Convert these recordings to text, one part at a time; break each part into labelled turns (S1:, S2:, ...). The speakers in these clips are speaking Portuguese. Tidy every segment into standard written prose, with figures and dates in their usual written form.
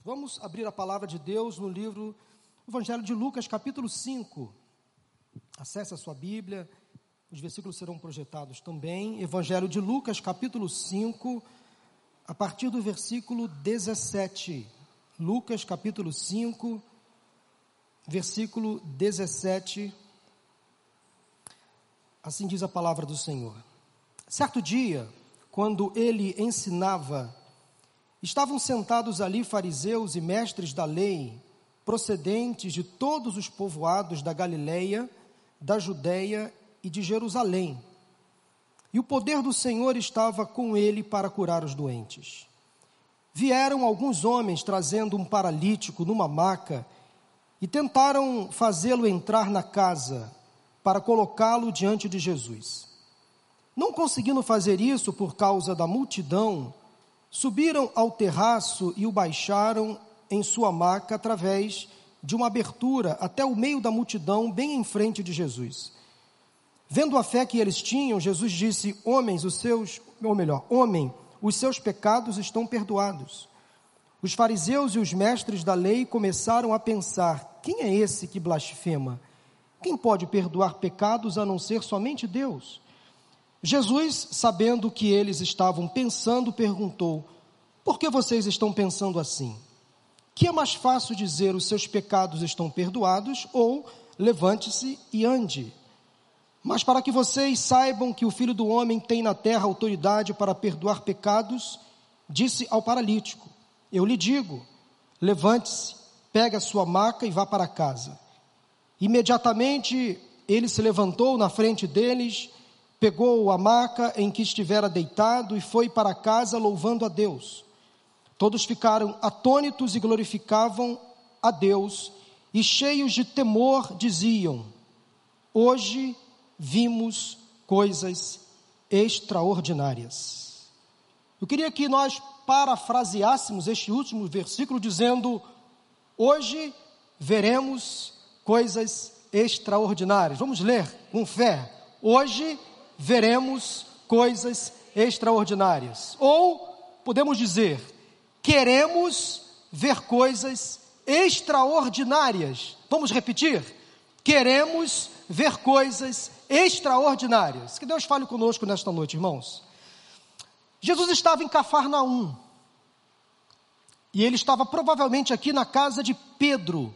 S1: Vamos abrir a palavra de Deus no livro Evangelho de Lucas, capítulo 5. Acesse a sua Bíblia, os versículos serão projetados também. Evangelho de Lucas, capítulo 5, a partir do versículo 17. Lucas, capítulo 5, versículo 17. Assim diz a palavra do Senhor. Certo dia, quando ele ensinava, estavam sentados ali fariseus e mestres da lei, procedentes de todos os povoados da Galileia, da Judeia e de Jerusalém. E o poder do Senhor estava com ele para curar os doentes. Vieram alguns homens trazendo um paralítico numa maca e tentaram fazê-lo entrar na casa para colocá-lo diante de Jesus. Não conseguindo fazer isso por causa da multidão, subiram ao terraço e o baixaram em sua maca através de uma abertura até o meio da multidão, bem em frente de Jesus. Vendo a fé que eles tinham, Jesus disse: Homem, os seus pecados estão perdoados. Os fariseus e os mestres da lei começaram a pensar: quem é esse que blasfema? Quem pode perdoar pecados a não ser somente Deus? Jesus, sabendo o que eles estavam pensando, perguntou: por que vocês estão pensando assim? Que é mais fácil dizer: os seus pecados estão perdoados, ou levante-se e ande? Mas para que vocês saibam que o Filho do Homem tem na terra autoridade para perdoar pecados, disse ao paralítico: eu lhe digo, levante-se, pegue a sua maca e vá para casa. Imediatamente ele se levantou na frente deles, pegou a maca em que estivera deitado e foi para casa louvando a Deus. Todos ficaram atônitos e glorificavam a Deus, e cheios de temor diziam: hoje vimos coisas extraordinárias. Eu queria que nós parafraseássemos este último versículo dizendo: hoje veremos coisas extraordinárias. Vamos ler com fé. Hoje veremos coisas extraordinárias. Ou podemos dizer: queremos ver coisas extraordinárias. Vamos repetir? Queremos ver coisas extraordinárias. Que Deus fale conosco nesta noite, irmãos. Jesus estava em Cafarnaum. E ele estava provavelmente aqui na casa de Pedro.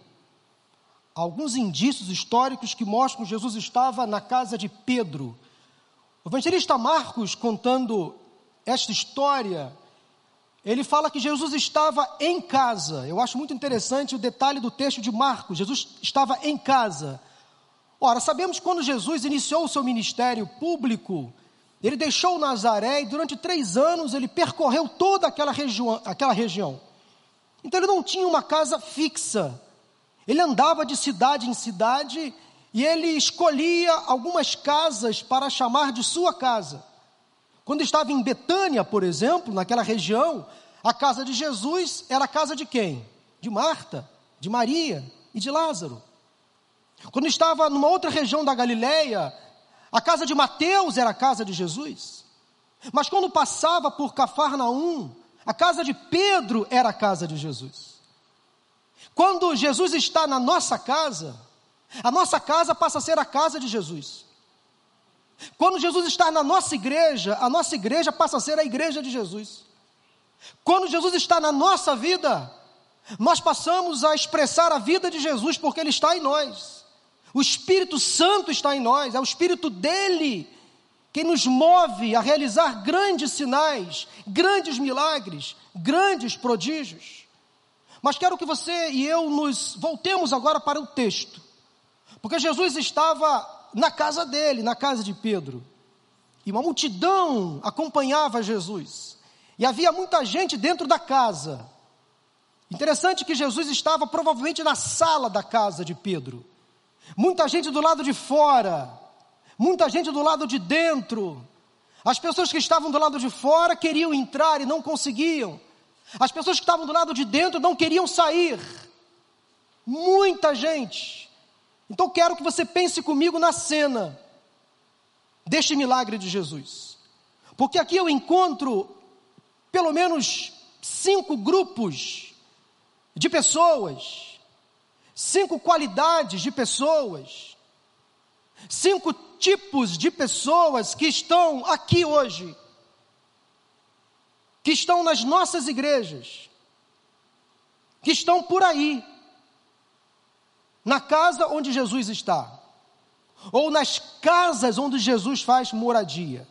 S1: Há alguns indícios históricos que mostram que Jesus estava na casa de Pedro. O evangelista Marcos, contando esta história, ele fala que Jesus estava em casa. Eu acho muito interessante o detalhe do texto de Marcos. Jesus estava em casa. Ora, sabemos que quando Jesus iniciou o seu ministério público, ele deixou Nazaré e durante 3 anos ele percorreu toda aquela região. Então ele não tinha uma casa fixa. Ele andava de cidade em cidade e ele escolhia algumas casas para chamar de sua casa. Quando estava em Betânia, por exemplo, naquela região, a casa de Jesus era a casa de quem? De Marta, de Maria e de Lázaro. Quando estava numa outra região da Galileia, a casa de Mateus era a casa de Jesus. Mas quando passava por Cafarnaum, a casa de Pedro era a casa de Jesus. Quando Jesus está na nossa casa, a nossa casa passa a ser a casa de Jesus. Quando Jesus está na nossa igreja, a nossa igreja passa a ser a igreja de Jesus. Quando Jesus está na nossa vida, nós passamos a expressar a vida de Jesus, porque Ele está em nós. O Espírito Santo está em nós, é o Espírito dEle que nos move a realizar grandes sinais, grandes milagres, grandes prodígios. Mas quero que você e eu nos voltemos agora para o texto, porque Jesus estava na casa dele, na casa de Pedro, e uma multidão acompanhava Jesus, e havia muita gente dentro da casa. Interessante que Jesus estava provavelmente na sala da casa de Pedro, muita gente do lado de fora, muita gente do lado de dentro. As pessoas que estavam do lado de fora queriam entrar e não conseguiam. As pessoas que estavam do lado de dentro não queriam sair. Muita gente. Então quero que você pense comigo na cena deste milagre de Jesus. Porque aqui eu encontro pelo menos 5 grupos de pessoas, 5 qualidades de pessoas, 5 tipos de pessoas que estão aqui hoje, que estão nas nossas igrejas, que estão por aí, na casa onde Jesus está, ou nas casas onde Jesus faz moradia.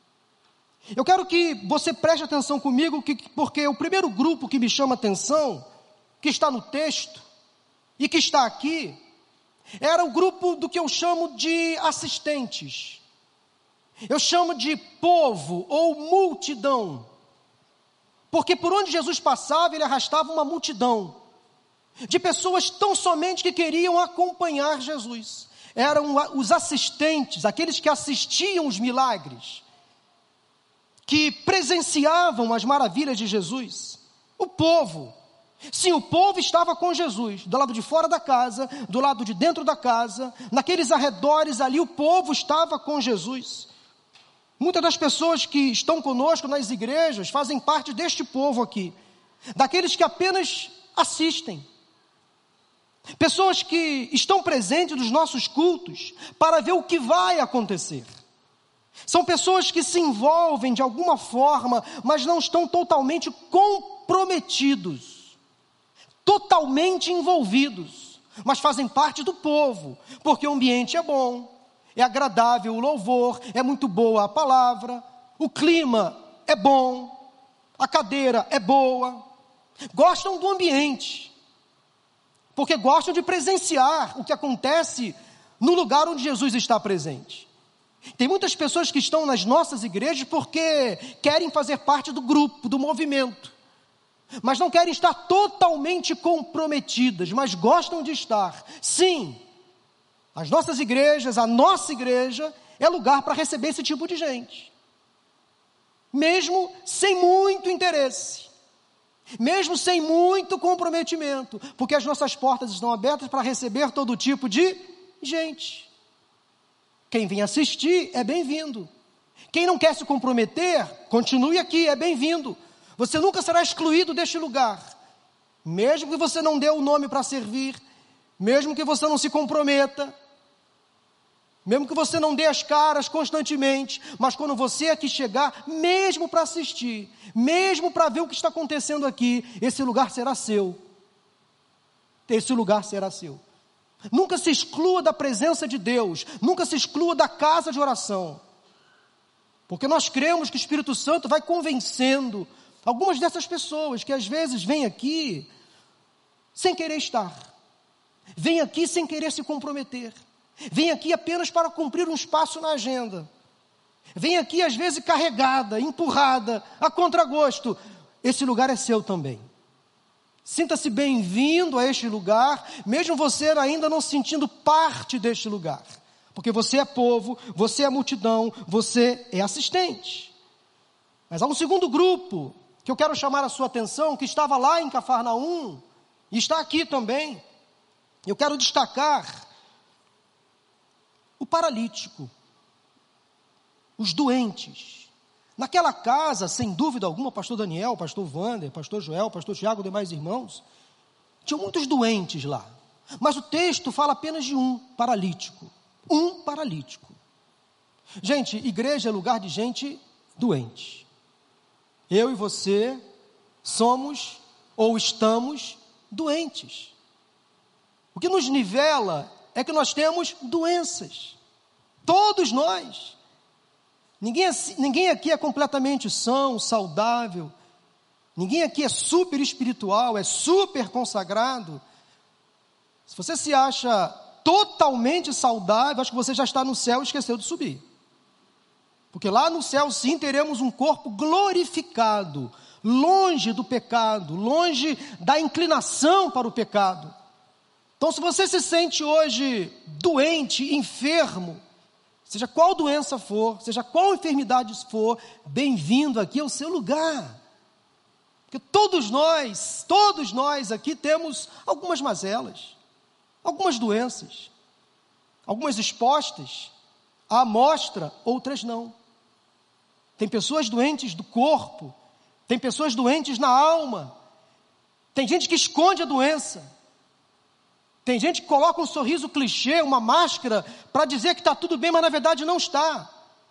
S1: Eu quero que você preste atenção comigo, porque o primeiro grupo que me chama atenção, que está no texto, e que está aqui, era o grupo do que eu chamo de assistentes. Eu chamo de povo ou multidão. Porque por onde Jesus passava, ele arrastava uma multidão de pessoas tão somente que queriam acompanhar Jesus. Eram os assistentes, aqueles que assistiam os milagres, que presenciavam as maravilhas de Jesus. O povo. Sim, o povo estava com Jesus, do lado de fora da casa, do lado de dentro da casa, naqueles arredores ali, o povo estava com Jesus. Muitas das pessoas que estão conosco nas igrejas fazem parte deste povo aqui, daqueles que apenas assistem. Pessoas que estão presentes nos nossos cultos para ver o que vai acontecer. São pessoas que se envolvem de alguma forma, mas não estão totalmente comprometidos, totalmente envolvidos, mas fazem parte do povo, porque o ambiente é bom, é agradável o louvor, é muito boa a palavra, o clima é bom, a cadeira é boa, gostam do ambiente, porque gostam de presenciar o que acontece no lugar onde Jesus está presente. Tem muitas pessoas que estão nas nossas igrejas porque querem fazer parte do grupo, do movimento, mas não querem estar totalmente comprometidas, mas gostam de estar. Sim, as nossas igrejas, a nossa igreja é lugar para receber esse tipo de gente, mesmo sem muito interesse, mesmo sem muito comprometimento, porque as nossas portas estão abertas para receber todo tipo de gente. Quem vem assistir é bem-vindo. Quem não quer se comprometer, continue aqui, é bem-vindo. Você nunca será excluído deste lugar, mesmo que você não dê o nome para servir, mesmo que você não se comprometa, mesmo que você não dê as caras constantemente, mas quando você aqui chegar, mesmo para assistir, mesmo para ver o que está acontecendo aqui, esse lugar será seu. Esse lugar será seu. Nunca se exclua da presença de Deus, nunca se exclua da casa de oração, porque nós cremos que o Espírito Santo vai convencendo algumas dessas pessoas que às vezes vêm aqui sem querer estar, vêm aqui sem querer se comprometer, vêm aqui apenas para cumprir um espaço na agenda, vêm aqui às vezes carregada, empurrada, a contragosto. Esse lugar é seu também. Sinta-se bem-vindo a este lugar, mesmo você ainda não se sentindo parte deste lugar, porque você é povo, você é multidão, você é assistente. Mas há um segundo grupo que eu quero chamar a sua atenção, que estava lá em Cafarnaum, e está aqui também. Eu quero destacar o paralítico, os doentes. Naquela casa, sem dúvida alguma, o pastor Daniel, o pastor Wander, o pastor Joel, o pastor Tiago e demais irmãos, tinham muitos doentes lá. Mas o texto fala apenas de um paralítico. Um paralítico. Gente, igreja é lugar de gente doente. Eu e você somos ou estamos doentes. O que nos nivela é que nós temos doenças. Todos nós. Ninguém aqui é completamente são, saudável. Ninguém aqui é super espiritual, é super consagrado. Se você se acha totalmente saudável, acho que você já está no céu e esqueceu de subir. Porque lá no céu, sim, teremos um corpo glorificado, longe do pecado, longe da inclinação para o pecado. Então, se você se sente hoje doente, enfermo, seja qual doença for, seja qual enfermidade for, bem-vindo aqui ao seu lugar. Porque todos nós aqui temos algumas mazelas, algumas doenças, algumas expostas à amostra, outras não. Tem pessoas doentes do corpo, tem pessoas doentes na alma, Tem gente que esconde a doença. Tem gente que coloca um sorriso clichê, uma máscara, para dizer que está tudo bem, mas na verdade não está.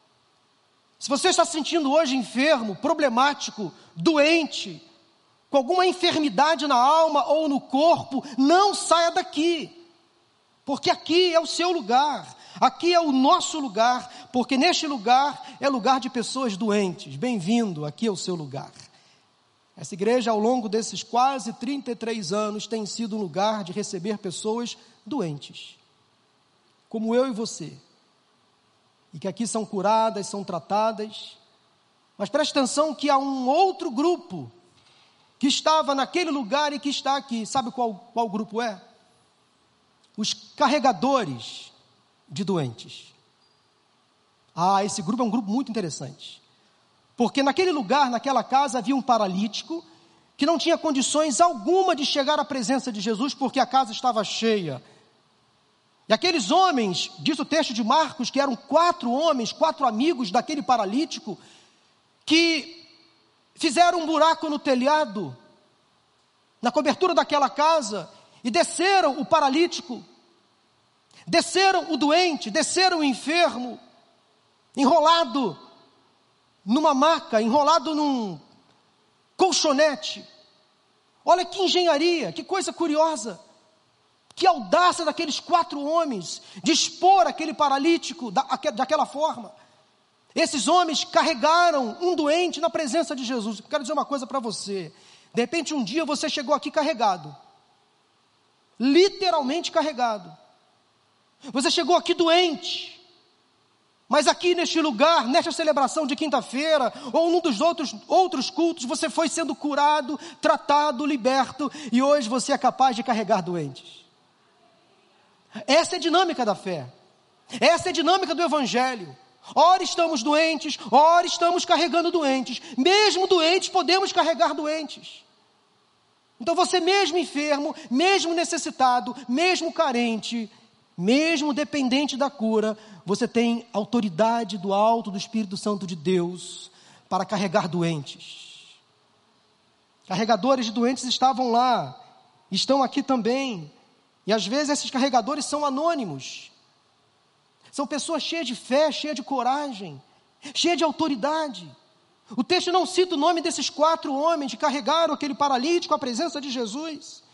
S1: Se você está se sentindo hoje enfermo, problemático, doente, com alguma enfermidade na alma ou no corpo, não saia daqui. Porque aqui é o seu lugar, aqui é o nosso lugar, porque neste lugar é lugar de pessoas doentes. Bem-vindo, aqui é o seu lugar. Essa igreja, ao longo desses quase 33 anos, tem sido um lugar de receber pessoas doentes, como eu e você, e que aqui são curadas, são tratadas. Mas preste atenção que há um outro grupo que estava naquele lugar e que está aqui. Sabe qual grupo é? Os carregadores de doentes. Esse grupo é um grupo muito interessante. Porque naquele lugar, naquela casa, havia um paralítico que não tinha condições alguma de chegar à presença de Jesus, porque a casa estava cheia. E aqueles homens, diz o texto de Marcos, que eram 4 homens, 4 amigos daquele paralítico, que fizeram um buraco no telhado, na cobertura daquela casa, e desceram o paralítico, desceram o doente, desceram o enfermo, enrolado numa maca, enrolado num colchonete. Olha que engenharia, que coisa curiosa, que audácia daqueles 4 homens, de expor aquele paralítico daquela forma. Esses homens carregaram um doente na presença de Jesus. Eu quero dizer uma coisa para você, de repente um dia você chegou aqui carregado, literalmente carregado, você chegou aqui doente, mas aqui neste lugar, nesta celebração de quinta-feira, ou num dos outros cultos, você foi sendo curado, tratado, liberto, e hoje você é capaz de carregar doentes. Essa é a dinâmica da fé, essa é a dinâmica do Evangelho. Ora estamos doentes, ora estamos carregando doentes, mesmo doentes podemos carregar doentes. Então você mesmo enfermo, mesmo necessitado, mesmo carente, mesmo dependente da cura, você tem autoridade do alto do Espírito Santo de Deus para carregar doentes. Carregadores de doentes estavam lá, estão aqui também, e às vezes esses carregadores são anônimos, são pessoas cheias de fé, cheias de coragem, cheias de autoridade. O texto não cita o nome desses 4 homens que carregaram aquele paralítico à presença de Jesus.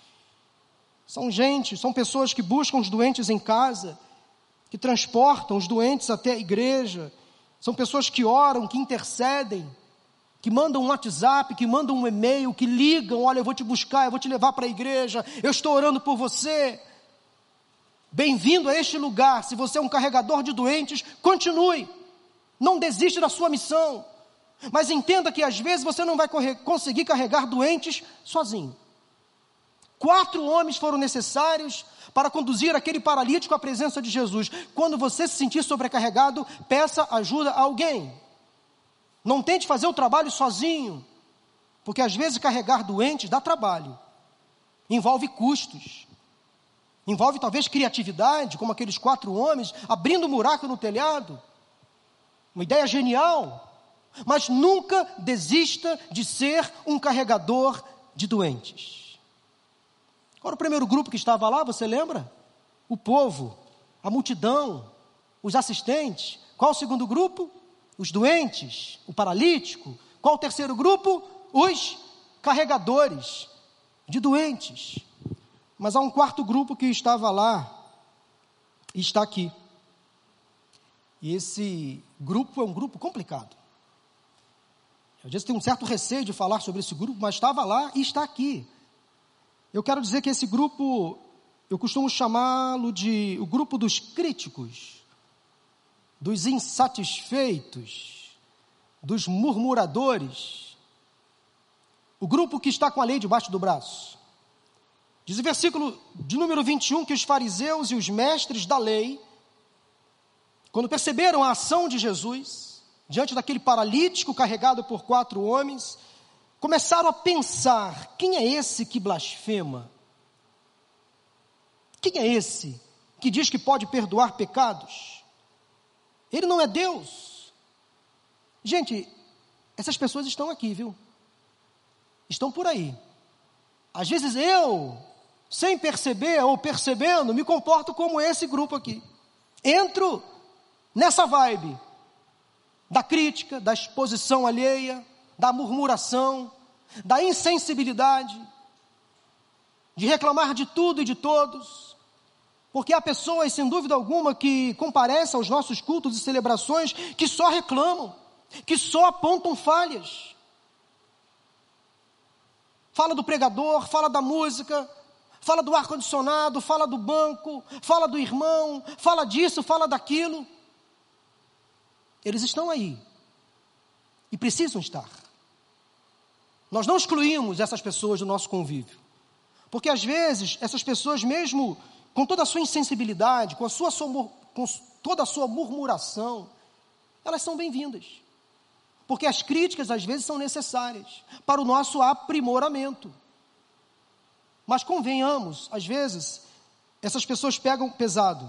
S1: São pessoas que buscam os doentes em casa, que transportam os doentes até a igreja, são pessoas que oram, que intercedem, que mandam um WhatsApp, que mandam um e-mail, que ligam, olha, eu vou te buscar, eu vou te levar para a igreja, eu estou orando por você. Bem-vindo a este lugar. Se você é um carregador de doentes, continue, não desista da sua missão, mas entenda que às vezes você não vai conseguir carregar doentes sozinho. 4 homens foram necessários para conduzir aquele paralítico à presença de Jesus. Quando você se sentir sobrecarregado, peça ajuda a alguém. Não tente fazer o trabalho sozinho, porque às vezes carregar doentes dá trabalho, envolve custos, envolve talvez criatividade, como aqueles 4 homens, abrindo um buraco no telhado, uma ideia genial, mas nunca desista de ser um carregador de doentes. Qual era o primeiro grupo que estava lá, você lembra? O povo, a multidão, os assistentes. Qual o segundo grupo? Os doentes, o paralítico. Qual o terceiro grupo? Os carregadores de doentes. Mas há um 4º grupo que estava lá e está aqui. E esse grupo é um grupo complicado. Às vezes tem um certo receio de falar sobre esse grupo, mas estava lá e está aqui. Eu quero dizer que esse grupo, eu costumo chamá-lo de o grupo dos críticos, dos insatisfeitos, dos murmuradores, o grupo que está com a lei debaixo do braço. Diz o versículo de número 21 que os fariseus e os mestres da lei, quando perceberam a ação de Jesus, diante daquele paralítico carregado por 4 homens, começaram a pensar, quem é esse que blasfema? Quem é esse que diz que pode perdoar pecados? Ele não é Deus. Gente, essas pessoas estão aqui, viu? Estão por aí. às vezes eu, sem perceber ou percebendo, me comporto como esse grupo aqui. Entro nessa vibe da crítica, da exposição alheia, da murmuração, da insensibilidade, de reclamar de tudo e de todos, porque há pessoas, sem dúvida alguma, que comparecem aos nossos cultos e celebrações, que só reclamam, que só apontam falhas. Fala do pregador, fala da música, fala do ar-condicionado, fala do banco, fala do irmão, fala disso, fala daquilo. Eles estão aí e precisam estar. Nós não excluímos essas pessoas do nosso convívio, porque às vezes essas pessoas, mesmo com toda a sua insensibilidade, com toda a sua murmuração, elas são bem-vindas, porque as críticas às vezes são necessárias para o nosso aprimoramento. Mas convenhamos, às vezes essas pessoas pegam pesado,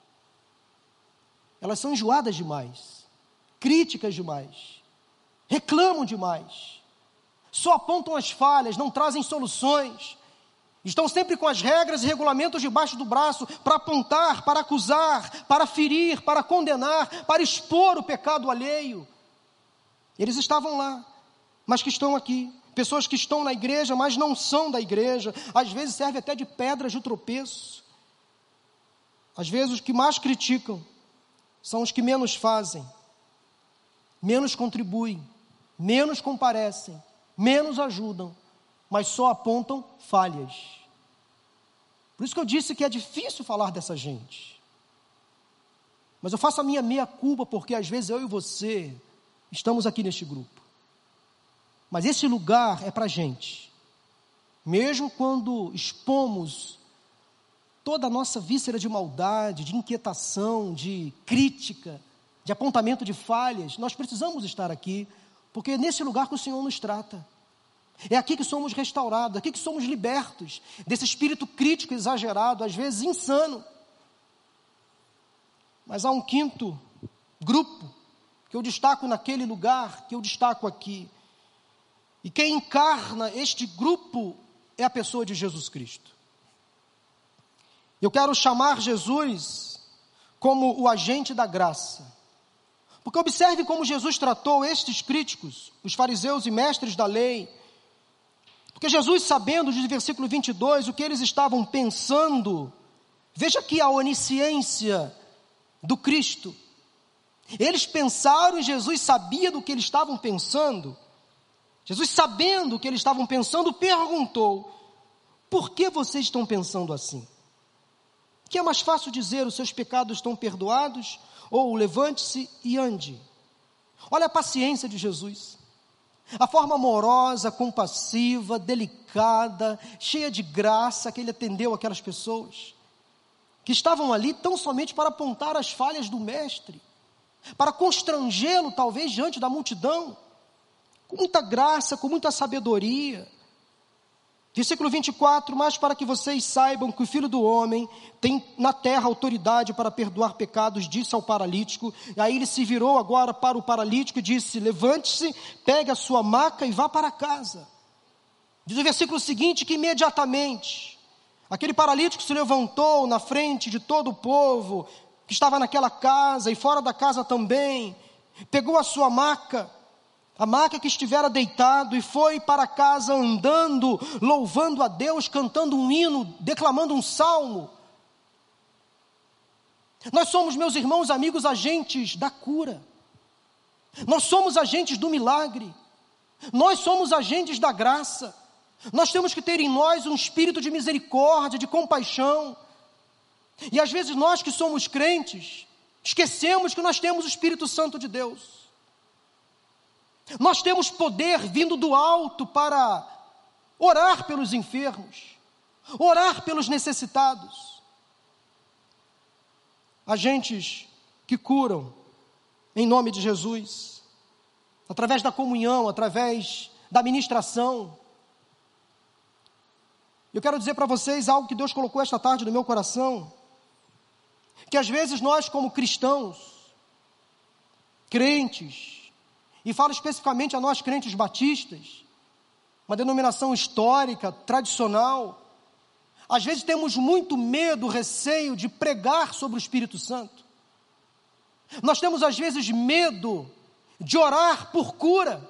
S1: elas são enjoadas demais, críticas demais, reclamam demais, só apontam as falhas, não trazem soluções, estão sempre com as regras e regulamentos debaixo do braço para apontar, para acusar, para ferir, para condenar, para expor o pecado alheio. Eles estavam lá, mas que estão aqui. Pessoas que estão na igreja, mas não são da igreja, às vezes serve até de pedras de tropeço. Às vezes os que mais criticam são os que menos fazem, menos contribuem, menos comparecem, menos ajudam, mas só apontam falhas. Por isso que eu disse que é difícil falar dessa gente. Mas eu faço a minha meia-culpa, porque às vezes eu e você estamos aqui neste grupo. Mas esse lugar é para a gente. Mesmo quando expomos toda a nossa víscera de maldade, de inquietação, de crítica, de apontamento de falhas, nós precisamos estar aqui, porque é nesse lugar que o Senhor nos trata. É aqui que somos restaurados, é aqui que somos libertos desse espírito crítico exagerado, às vezes insano. Mas há um quinto grupo que eu destaco naquele lugar, que eu destaco aqui. E quem encarna este grupo é a pessoa de Jesus Cristo. Eu quero chamar Jesus como o agente da graça. Porque observe como Jesus tratou estes críticos, os fariseus e mestres da lei. Porque Jesus, sabendo, de versículo 22, o que eles estavam pensando, veja aqui a onisciência do Cristo. Eles pensaram e Jesus sabia do que eles estavam pensando. Jesus, sabendo o que eles estavam pensando, perguntou: por que vocês estão pensando assim? Que é mais fácil dizer, os seus pecados estão perdoados, ou levante-se e ande? Olha a paciência de Jesus, a forma amorosa, compassiva, delicada, cheia de graça que ele atendeu aquelas pessoas, que estavam ali tão somente para apontar as falhas do mestre, para constrangê-lo talvez diante da multidão, com muita graça, com muita sabedoria. Versículo 24, mas para que vocês saibam que o Filho do Homem tem na terra autoridade para perdoar pecados, disse ao paralítico. E aí ele se virou agora para o paralítico e disse: levante-se, pegue a sua maca e vá para casa. Diz o versículo seguinte que imediatamente aquele paralítico se levantou na frente de todo o povo que estava naquela casa e fora da casa também, pegou a sua maca, a maca que estivera deitado, e foi para casa andando, louvando a Deus, cantando um hino, declamando um salmo. Nós somos, meus irmãos, amigos, agentes da cura. Nós somos agentes do milagre. Nós somos agentes da graça. Nós temos que ter em nós um espírito de misericórdia, de compaixão. E às vezes nós que somos crentes, esquecemos que nós temos o Espírito Santo de Deus. Nós temos poder vindo do alto para orar pelos enfermos, orar pelos necessitados. Agentes que curam em nome de Jesus, através da comunhão, através da ministração. Eu quero dizer para vocês algo que Deus colocou esta tarde no meu coração, que às vezes nós como cristãos, crentes, e falo especificamente a nós crentes batistas, uma denominação histórica, tradicional. Às vezes temos muito medo, receio de pregar sobre o Espírito Santo. Nós temos às vezes medo de orar por cura.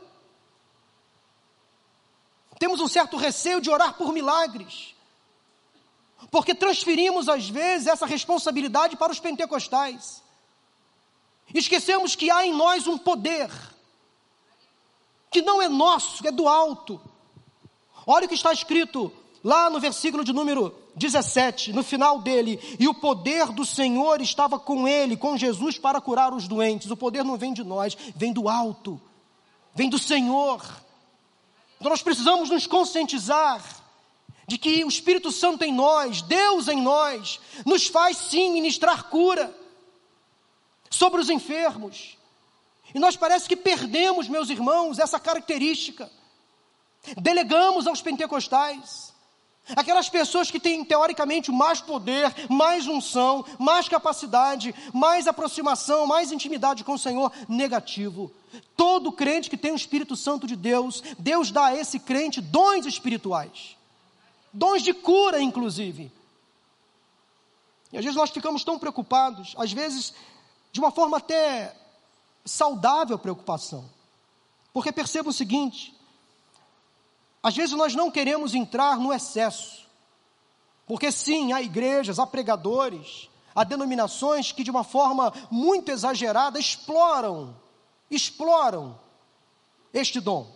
S1: Temos um certo receio de orar por milagres, porque transferimos às vezes essa responsabilidade para os pentecostais. Esquecemos que há em nós um poder, que não é nosso, é do alto. Olha o que está escrito lá no versículo de número 17, no final dele: e o poder do Senhor estava com ele, com Jesus, para curar os doentes. O poder não vem de nós, vem do alto, vem do Senhor. Então nós precisamos nos conscientizar de que o Espírito Santo em nós, Deus em nós, nos faz sim ministrar cura sobre os enfermos. E nós parece que perdemos, meus irmãos, essa característica. Delegamos aos pentecostais, aquelas pessoas que têm teoricamente mais poder, mais unção, mais capacidade, mais aproximação, mais intimidade com o Senhor. Negativo. Todo crente que tem o Espírito Santo de Deus, Deus dá a esse crente dons espirituais, dons de cura inclusive. E às vezes nós ficamos tão preocupados, às vezes de uma forma até saudável a preocupação, porque perceba o seguinte: às vezes nós não queremos entrar no excesso, porque sim, há igrejas, há pregadores, há denominações que de uma forma muito exagerada exploram este dom,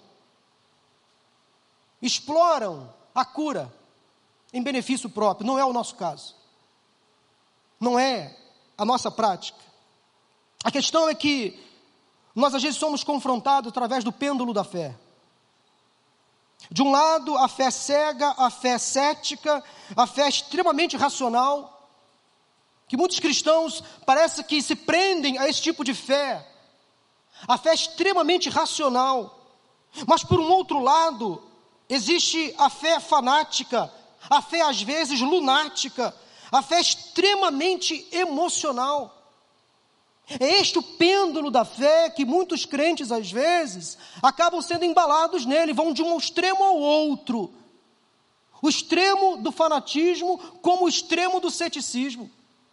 S1: exploram a cura em benefício próprio. Não é o nosso caso, não é a nossa prática. A questão é que nós às vezes somos confrontados através do pêndulo da fé. De um lado, a fé cega, a fé cética, a fé extremamente racional, que muitos cristãos parece que se prendem a esse tipo de fé, a fé extremamente racional. Mas por um outro lado, existe a fé fanática, a fé às vezes lunática, a fé extremamente emocional. É este o pêndulo da fé que muitos crentes às vezes acabam sendo embalados nele, vão de um extremo ao outro. O extremo do fanatismo como o extremo do ceticismo.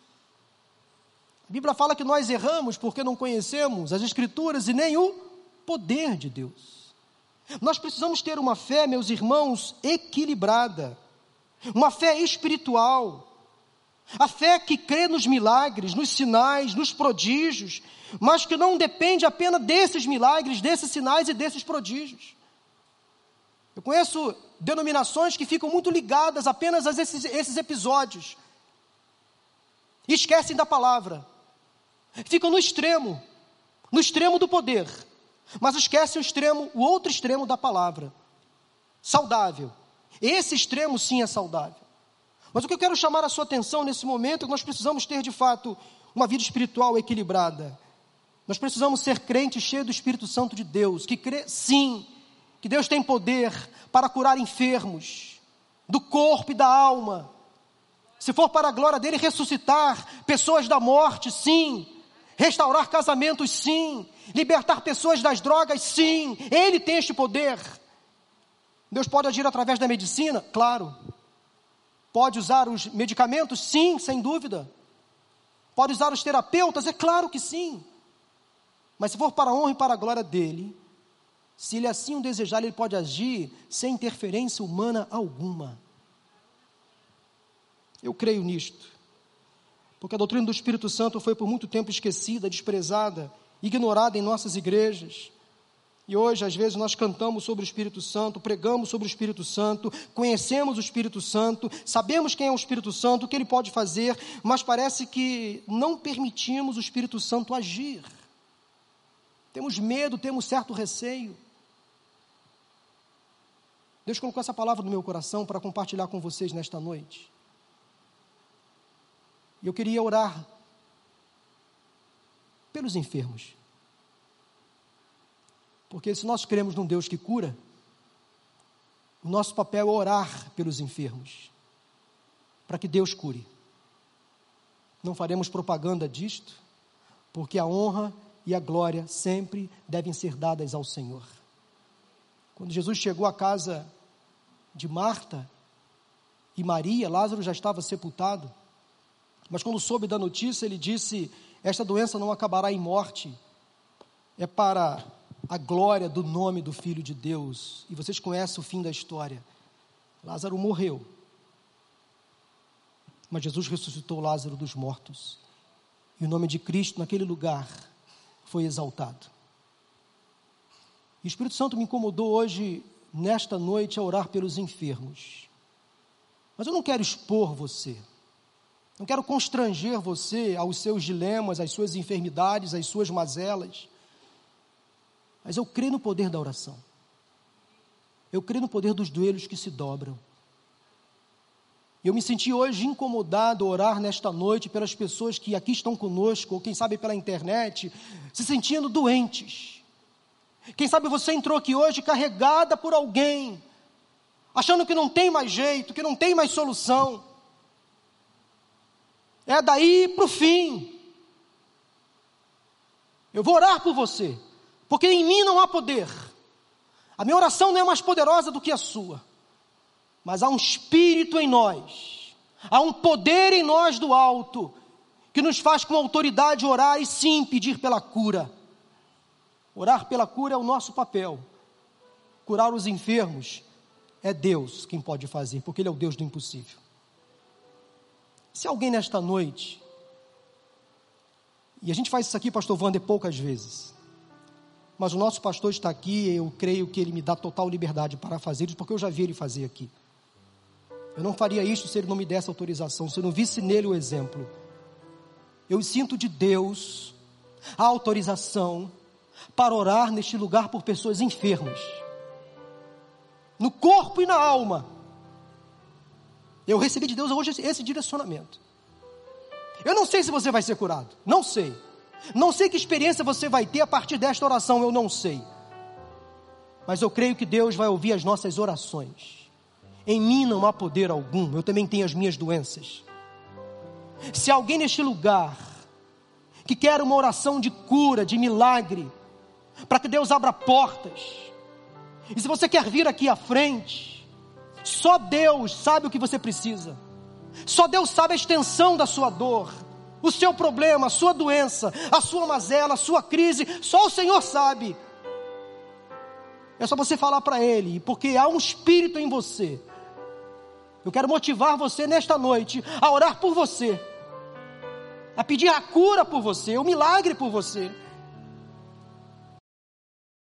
S1: A Bíblia fala que nós erramos porque não conhecemos as Escrituras e nem o poder de Deus. Nós precisamos ter uma fé, meus irmãos, equilibrada, uma fé espiritual. A fé que crê nos milagres, nos sinais, nos prodígios, mas que não depende apenas desses milagres, desses sinais e desses prodígios. Eu conheço denominações que ficam muito ligadas apenas a esses episódios e esquecem da palavra. Ficam no extremo do poder, mas esquecem o outro extremo da palavra. Saudável. Esse extremo sim é saudável. Mas o que eu quero chamar a sua atenção nesse momento é que nós precisamos ter de fato uma vida espiritual equilibrada. Nós precisamos ser crentes cheios do Espírito Santo de Deus, que crê sim, que Deus tem poder para curar enfermos, do corpo e da alma. Se for para a glória dele, ressuscitar pessoas da morte, sim. Restaurar casamentos, sim. Libertar pessoas das drogas, sim. Ele tem este poder. Deus pode agir através da medicina? Claro. Pode usar os medicamentos? Sim, sem dúvida. Pode usar os terapeutas? É claro que sim. Mas se for para a honra e para a glória dele, se ele assim o desejar, ele pode agir sem interferência humana alguma. Eu creio nisto, porque a doutrina do Espírito Santo foi por muito tempo esquecida, desprezada, ignorada em nossas igrejas. E hoje, às vezes, nós cantamos sobre o Espírito Santo, pregamos sobre o Espírito Santo, conhecemos o Espírito Santo, sabemos quem é o Espírito Santo, o que ele pode fazer, mas parece que não permitimos o Espírito Santo agir. Temos medo, temos certo receio. Deus colocou essa palavra no meu coração para compartilhar com vocês nesta noite. E eu queria orar pelos enfermos. Porque se nós cremos num Deus que cura, o nosso papel é orar pelos enfermos, para que Deus cure. Não faremos propaganda disto, porque a honra e a glória sempre devem ser dadas ao Senhor. Quando Jesus chegou à casa de Marta e Maria, Lázaro já estava sepultado. Mas quando soube da notícia, ele disse: esta doença não acabará em morte, é para a glória do nome do Filho de Deus. E vocês conhecem o fim da história. Lázaro morreu, mas Jesus ressuscitou Lázaro dos mortos, e o nome de Cristo naquele lugar foi exaltado. E o Espírito Santo me incomodou hoje, nesta noite, a orar pelos enfermos. Mas eu não quero expor você, não quero constranger você aos seus dilemas, às suas enfermidades, às suas mazelas, mas eu creio no poder da oração. Eu creio no poder dos joelhos que se dobram. Eu me senti hoje incomodado a orar nesta noite pelas pessoas que aqui estão conosco, ou quem sabe pela internet, se sentindo doentes. Quem sabe você entrou aqui hoje carregada por alguém, achando que não tem mais jeito, que não tem mais solução. É daí para o fim. Eu vou orar por você, porque em mim não há poder. A minha oração não é mais poderosa do que a sua, mas há um Espírito em nós, há um poder em nós do alto, que nos faz com autoridade orar e sim pedir pela cura. Orar pela cura é o nosso papel. Curar os enfermos é Deus quem pode fazer, porque Ele é o Deus do impossível. Se alguém nesta noite, e a gente faz isso aqui, pastor Wander, poucas vezes, mas o nosso pastor está aqui, eu creio que ele me dá total liberdade para fazer isso, porque eu já vi ele fazer aqui. Eu não faria isso se ele não me desse autorização, se eu não visse nele o exemplo. Eu sinto de Deus a autorização para orar neste lugar por pessoas enfermas, no corpo e na alma. Eu recebi de Deus hoje esse direcionamento. Eu não sei se você vai ser curado, não sei. Não sei que experiência você vai ter a partir desta oração, eu não sei. Mas eu creio que Deus vai ouvir as nossas orações. Em mim não há poder algum, eu também tenho as minhas doenças. Se alguém neste lugar que quer uma oração de cura, de milagre, para que Deus abra portas, e se você quer vir aqui à frente, só Deus sabe o que você precisa. Só Deus sabe a extensão da sua dor, o seu problema, a sua doença, a sua mazela, a sua crise. Só o Senhor sabe. É só você falar para Ele, porque há um Espírito em você. Eu quero motivar você nesta noite a orar por você, a pedir a cura por você, o milagre por você.